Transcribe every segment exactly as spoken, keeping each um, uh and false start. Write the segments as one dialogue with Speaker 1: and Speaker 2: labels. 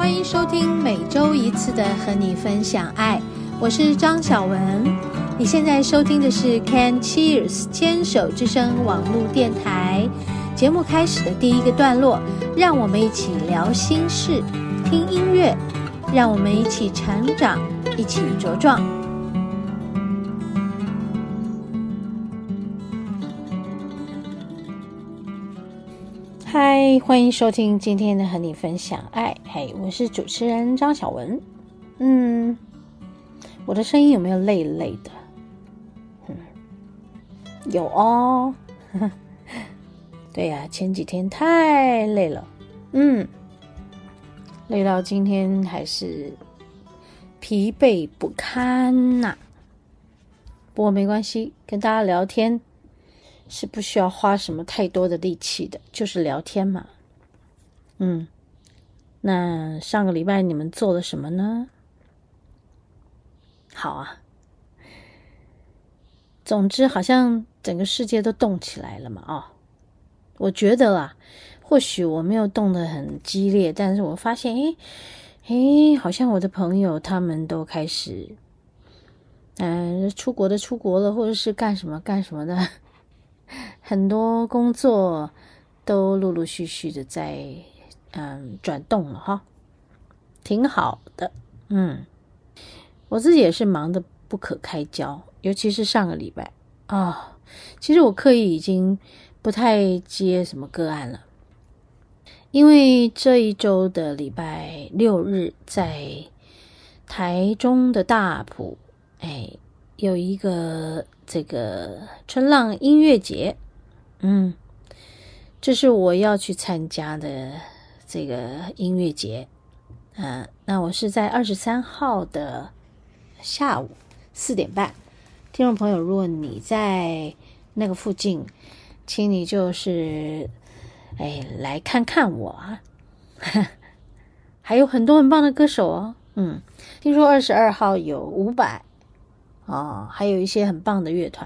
Speaker 1: 欢迎收听每周一次的和你分享爱，我是张小文。你现在收听的是 Can Cheers 牵手之声网络电台。节目开始的第一个段落，让我们一起聊心事，听音乐，让我们一起成长，一起茁壮。嗨，欢迎收听今天的和你分享爱。嘿，我是主持人张小文。嗯，我的声音有没有累累的？嗯，有哦。对呀、啊，前几天太累了，嗯，累到今天还是疲惫不堪呐、啊。不过没关系，跟大家聊天是不需要花什么太多的力气的，就是聊天嘛。嗯，那上个礼拜你们做了什么呢？好啊，总之好像整个世界都动起来了嘛，哦。我觉得啦，或许我没有动得很激烈，但是我发现，诶诶，好像我的朋友他们都开始，嗯、呃，出国的出国了，或者是干什么干什么的，很多工作都陆陆续续的在嗯转动了哈，挺好的，嗯，我自己也是忙得不可开交，尤其是上个礼拜啊、哦，其实我刻意已经不太接什么个案了，因为这一周的礼拜六日在台中的大埔，哎，有一个这个春浪音乐节，嗯，这是我要去参加的这个音乐节，嗯、呃，那我是在二十三号的下午四点半，听众朋友，如果你在那个附近，请你就是哎来看看我啊，还有很多很棒的歌手哦，嗯，听说二十二号有伍佰哦，还有一些很棒的乐团，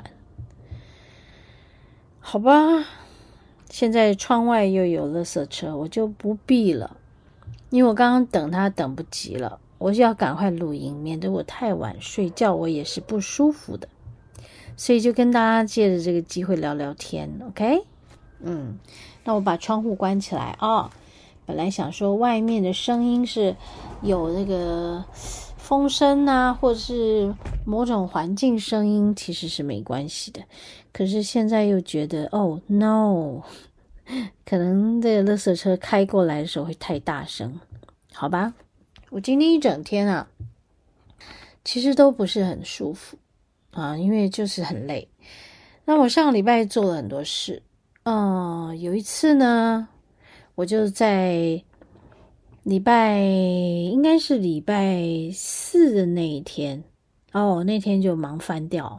Speaker 1: 好吧，现在窗外又有垃圾车，我就不必了，因为我刚刚等他等不及了，我就要赶快录音，免得我太晚睡觉，我也是不舒服的，所以就跟大家借着这个机会聊聊天 ，OK？ 嗯，那我把窗户关起来啊、哦。本来想说外面的声音是有那个风声啊，或者是某种环境声音，其实是没关系的。可是现在又觉得，哦 no， 可能这个垃圾车开过来的时候会太大声，好吧？我今天一整天啊，其实都不是很舒服啊，因为就是很累。那我上个礼拜做了很多事，嗯、呃，有一次呢，我就在礼拜应该是礼拜四的那一天，哦，那天就忙翻掉，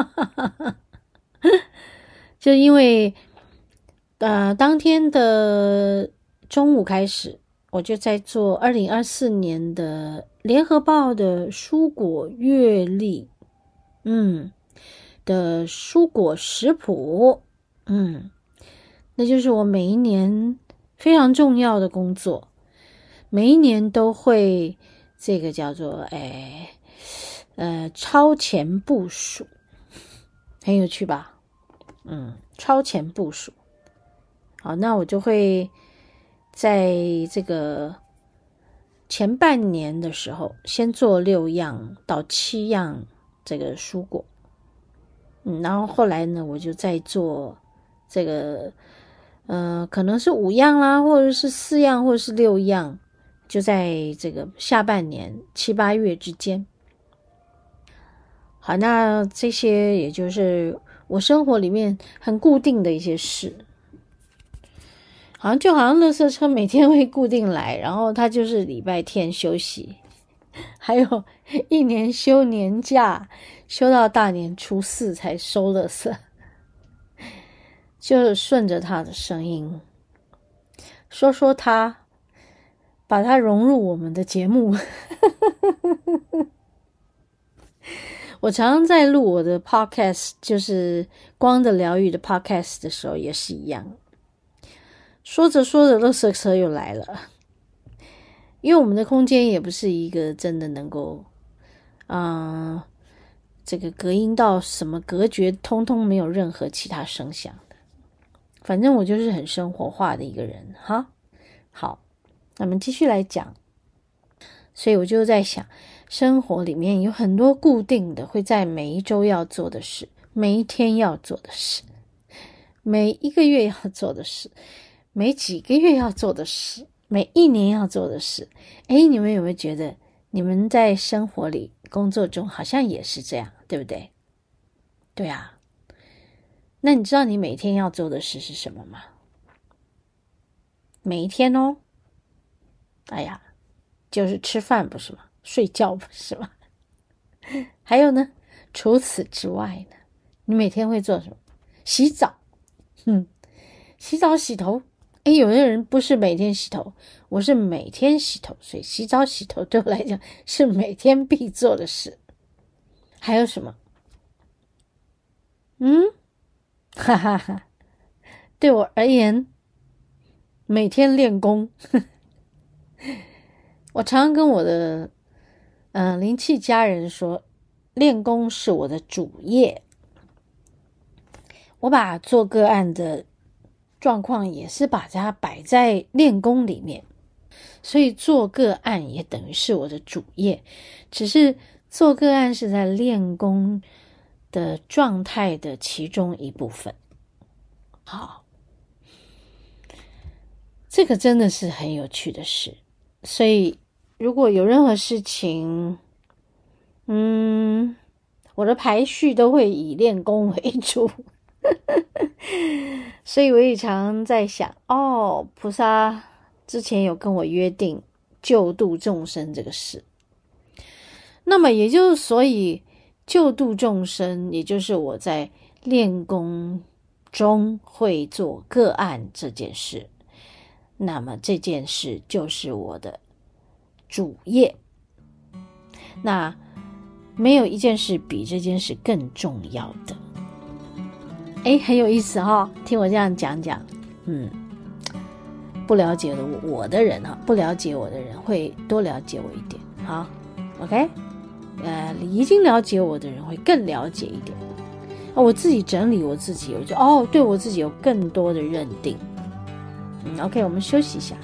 Speaker 1: 就因为呃当天的中午开始，我就在做二零二四年的联合报的蔬果月历，嗯。的蔬果食谱，嗯，那就是我每一年非常重要的工作，每一年都会这个叫做哎呃超前部署，很有趣吧？嗯，超前部署。好，那我就会在这个前半年的时候，先做六样到七样这个蔬果。嗯，然后后来呢，我就再做这个，呃，可能是五样啦，或者是四样，或者是六样，就在这个下半年七八月之间。好，那这些也就是我生活里面很固定的一些事，好像就好像垃圾车每天会固定来，然后它就是礼拜天休息，还有一年休年假。休到大年初四才收垃圾，就顺着他的声音说说他，把它融入我们的节目。我常常在录我的 podcast， 就是光的疗愈的 podcast 的时候也是一样，说着说着垃圾车又来了， 因为我们的空间也不是一个真的能够嗯、呃，这个隔音到什么隔绝，通通没有任何其他声响的。反正我就是很生活化的一个人哈。好，那么继续来讲。所以我就在想，生活里面有很多固定的会在每一周要做的事，每一天要做的事，每一个月要做的事，每几个月要做的事，每一年要做的事。诶，你们有没有觉得你们在生活里工作中好像也是这样，对不对？对啊。那你知道你每天要做的事是什么吗？每一天哦。哎呀，就是吃饭不是吗？睡觉不是吗？还有呢，除此之外呢，你每天会做什么？洗澡。嗯，洗澡洗头。诶，有的人不是每天洗头，我是每天洗头，所以洗澡洗头对我来讲是每天必做的事。还有什么？嗯，哈哈哈，对我而言，每天练功。我常常跟我的嗯、呃、灵气家人说，练功是我的主业。我把做个案的状况也是把它摆在练功里面，所以做个案也等于是我的主业，只是做个案是在练功的状态的其中一部分。好，这个真的是很有趣的事。所以如果有任何事情，嗯，我的排序都会以练功为主。所以我也常在想，哦，菩萨之前有跟我约定救度众生这个事，那么也就是所以救度众生，也就是我在练功中会做个案这件事，那么这件事就是我的主业。那没有一件事比这件事更重要的。诶，很有意思哈、哦，听我这样讲讲，嗯，不了解的我的人哈，不了解我的人会多了解我一点，好 ，OK， 呃，已经了解我的人会更了解一点。哦，我自己整理我自己，我就哦，对我自己有更多的认定。嗯 ，OK， 我们休息一下。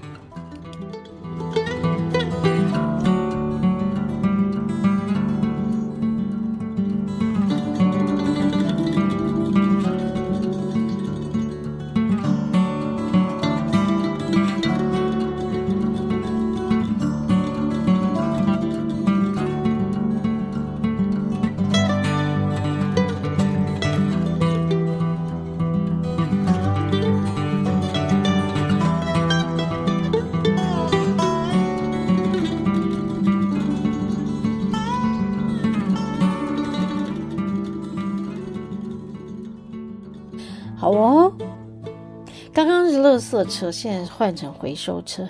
Speaker 1: 好哦，刚刚是垃圾车，现在换成回收车。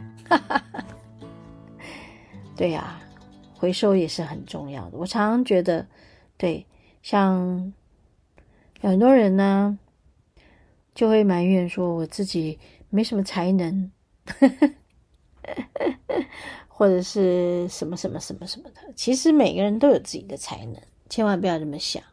Speaker 1: 对呀、啊，回收也是很重要的。我常常觉得，对，像有很多人呢，就会埋怨说我自己没什么才能，或者是什么什么什么什么的。其实每个人都有自己的才能，千万不要这么想。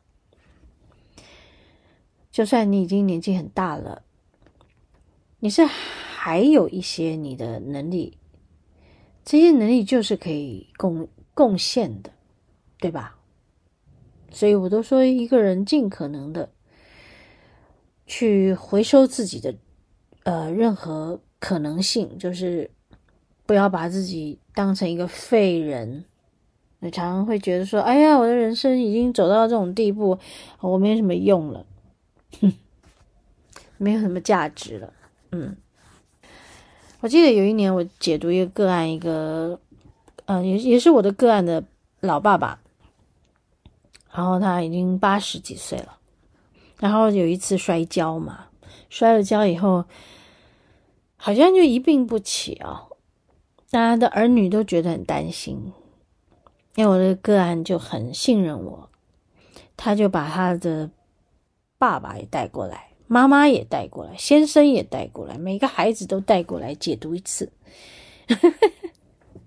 Speaker 1: 就算你已经年纪很大了，你是还有一些你的能力，这些能力就是可以贡贡献的，对吧？所以我都说一个人尽可能的去回收自己的呃任何可能性，就是不要把自己当成一个废人。你常常会觉得说，哎呀，我的人生已经走到这种地步，我没什么用了。哼，没有什么价值了。嗯，我记得有一年我解读一个个案，一个呃也也是我的个案的老爸爸，然后他已经八十几岁了，然后有一次摔跤嘛，摔了跤以后好像就一病不起啊、哦，大家的儿女都觉得很担心，因为我的个案就很信任我，他就把他的爸爸也带过来，妈妈也带过来，先生也带过来，每个孩子都带过来解读一次。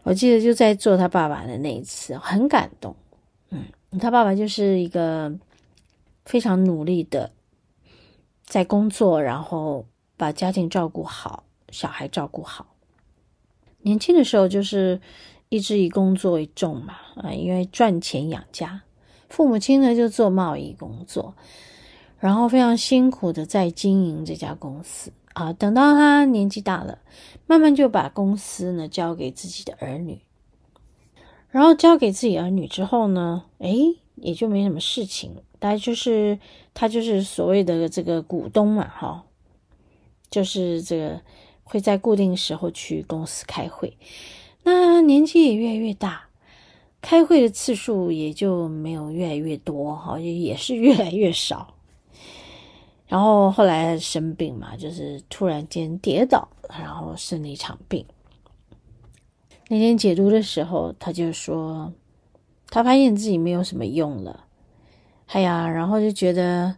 Speaker 1: 我记得就在做他爸爸的那一次，很感动。嗯，他爸爸就是一个非常努力的在工作，然后把家庭照顾好，小孩照顾好。年轻的时候就是一直以工作为重嘛，啊，因为赚钱养家。父母亲呢就做贸易工作，然后非常辛苦的在经营这家公司啊。等到他年纪大了，慢慢就把公司呢交给自己的儿女，然后交给自己儿女之后呢，诶，也就没什么事情，大概就是他就是所谓的这个股东嘛，哈，就是这个会在固定时候去公司开会。那年纪也越来越大，开会的次数也就没有越来越多，哈，也是越来越少。然后后来生病嘛，就是突然间跌倒，然后生了一场病。那天解读的时候，他就说他发现自己没有什么用了，哎呀，然后就觉得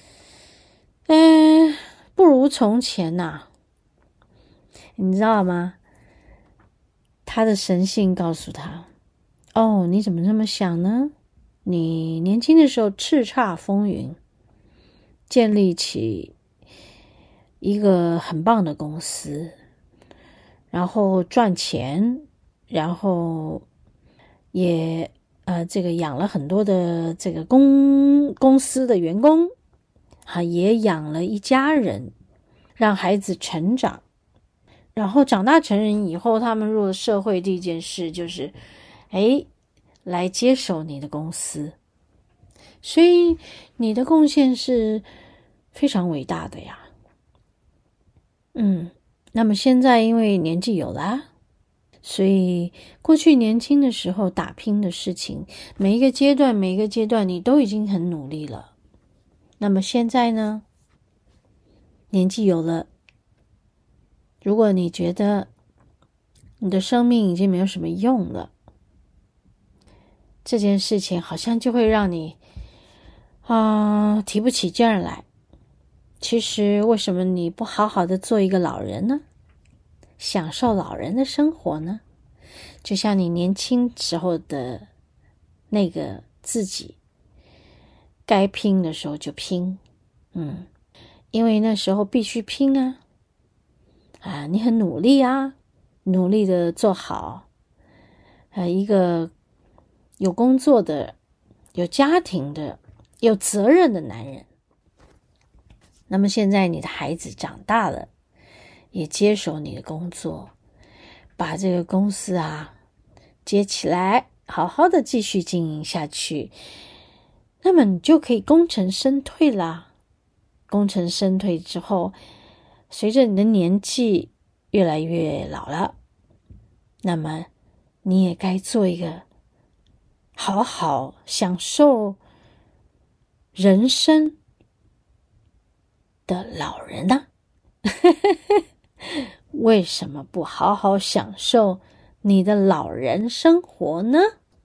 Speaker 1: 嗯，不如从前呐、啊。你知道吗？他的神性告诉他，哦，你怎么这么想呢？你年轻的时候叱咤风云，建立起一个很棒的公司，然后赚钱，然后也呃这个养了很多的这个公公司的员工，啊，也养了一家人，让孩子成长。然后长大成人以后，他们入了社会，第一件事就是诶来接手你的公司。所以你的贡献是非常伟大的呀。嗯，那么现在因为年纪有了，所以过去年轻的时候打拼的事情，每一个阶段每一个阶段你都已经很努力了。那么现在呢，年纪有了，如果你觉得你的生命已经没有什么用了，这件事情好像就会让你啊、呃、提不起劲儿来。其实为什么你不好好的做一个老人呢？享受老人的生活呢？就像你年轻时候的那个自己，该拼的时候就拼，嗯，因为那时候必须拼啊，啊，你很努力啊，努力的做好，呃，一个有工作的、有家庭的、有责任的男人。那么现在你的孩子长大了，也接手你的工作，把这个公司啊接起来，好好的继续经营下去，那么你就可以功成身退啦。功成身退之后，随着你的年纪越来越老了，那么你也该做一个好好享受人生的老人呢、啊、为什么不好好享受你的老人生活呢？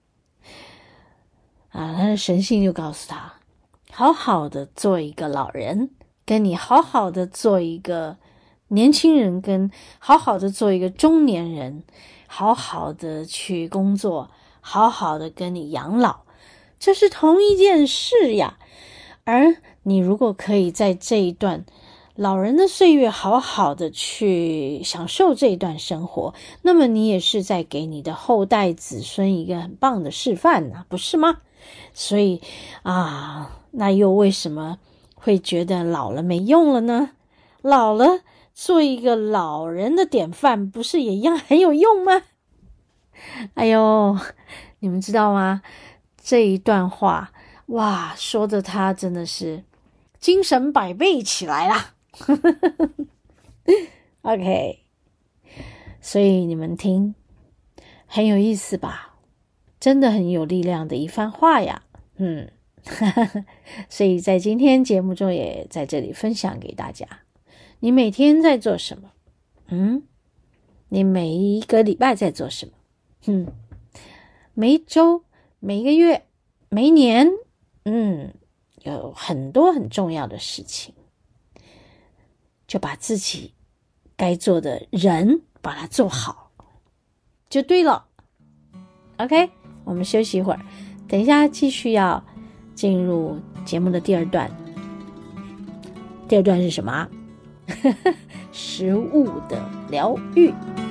Speaker 1: 啊，他的神性就告诉他，好好的做一个老人，跟你好好的做一个年轻人，跟好好的做一个中年人，好好的去工作，好好的跟你养老，这是同一件事呀。而你如果可以在这一段老人的岁月好好的去享受这一段生活，那么你也是在给你的后代子孙一个很棒的示范啊，不是吗？所以啊，那又为什么会觉得老了没用了呢？老了做一个老人的典范，不是也一样很有用吗？哎呦，你们知道吗？这一段话，哇，说的他真的是精神百倍起来啦。OK， 所以你们听，很有意思吧？真的很有力量的一番话呀。嗯，所以在今天节目中也在这里分享给大家。你每天在做什么？嗯，你每一个礼拜在做什么？嗯，每一周、每一个月、每一年，嗯，有很多很重要的事情，就把自己该做的人把它做好就对了。 OK， 我们休息一会儿，等一下继续要进入节目的第二段。第二段是什么？食物的疗愈。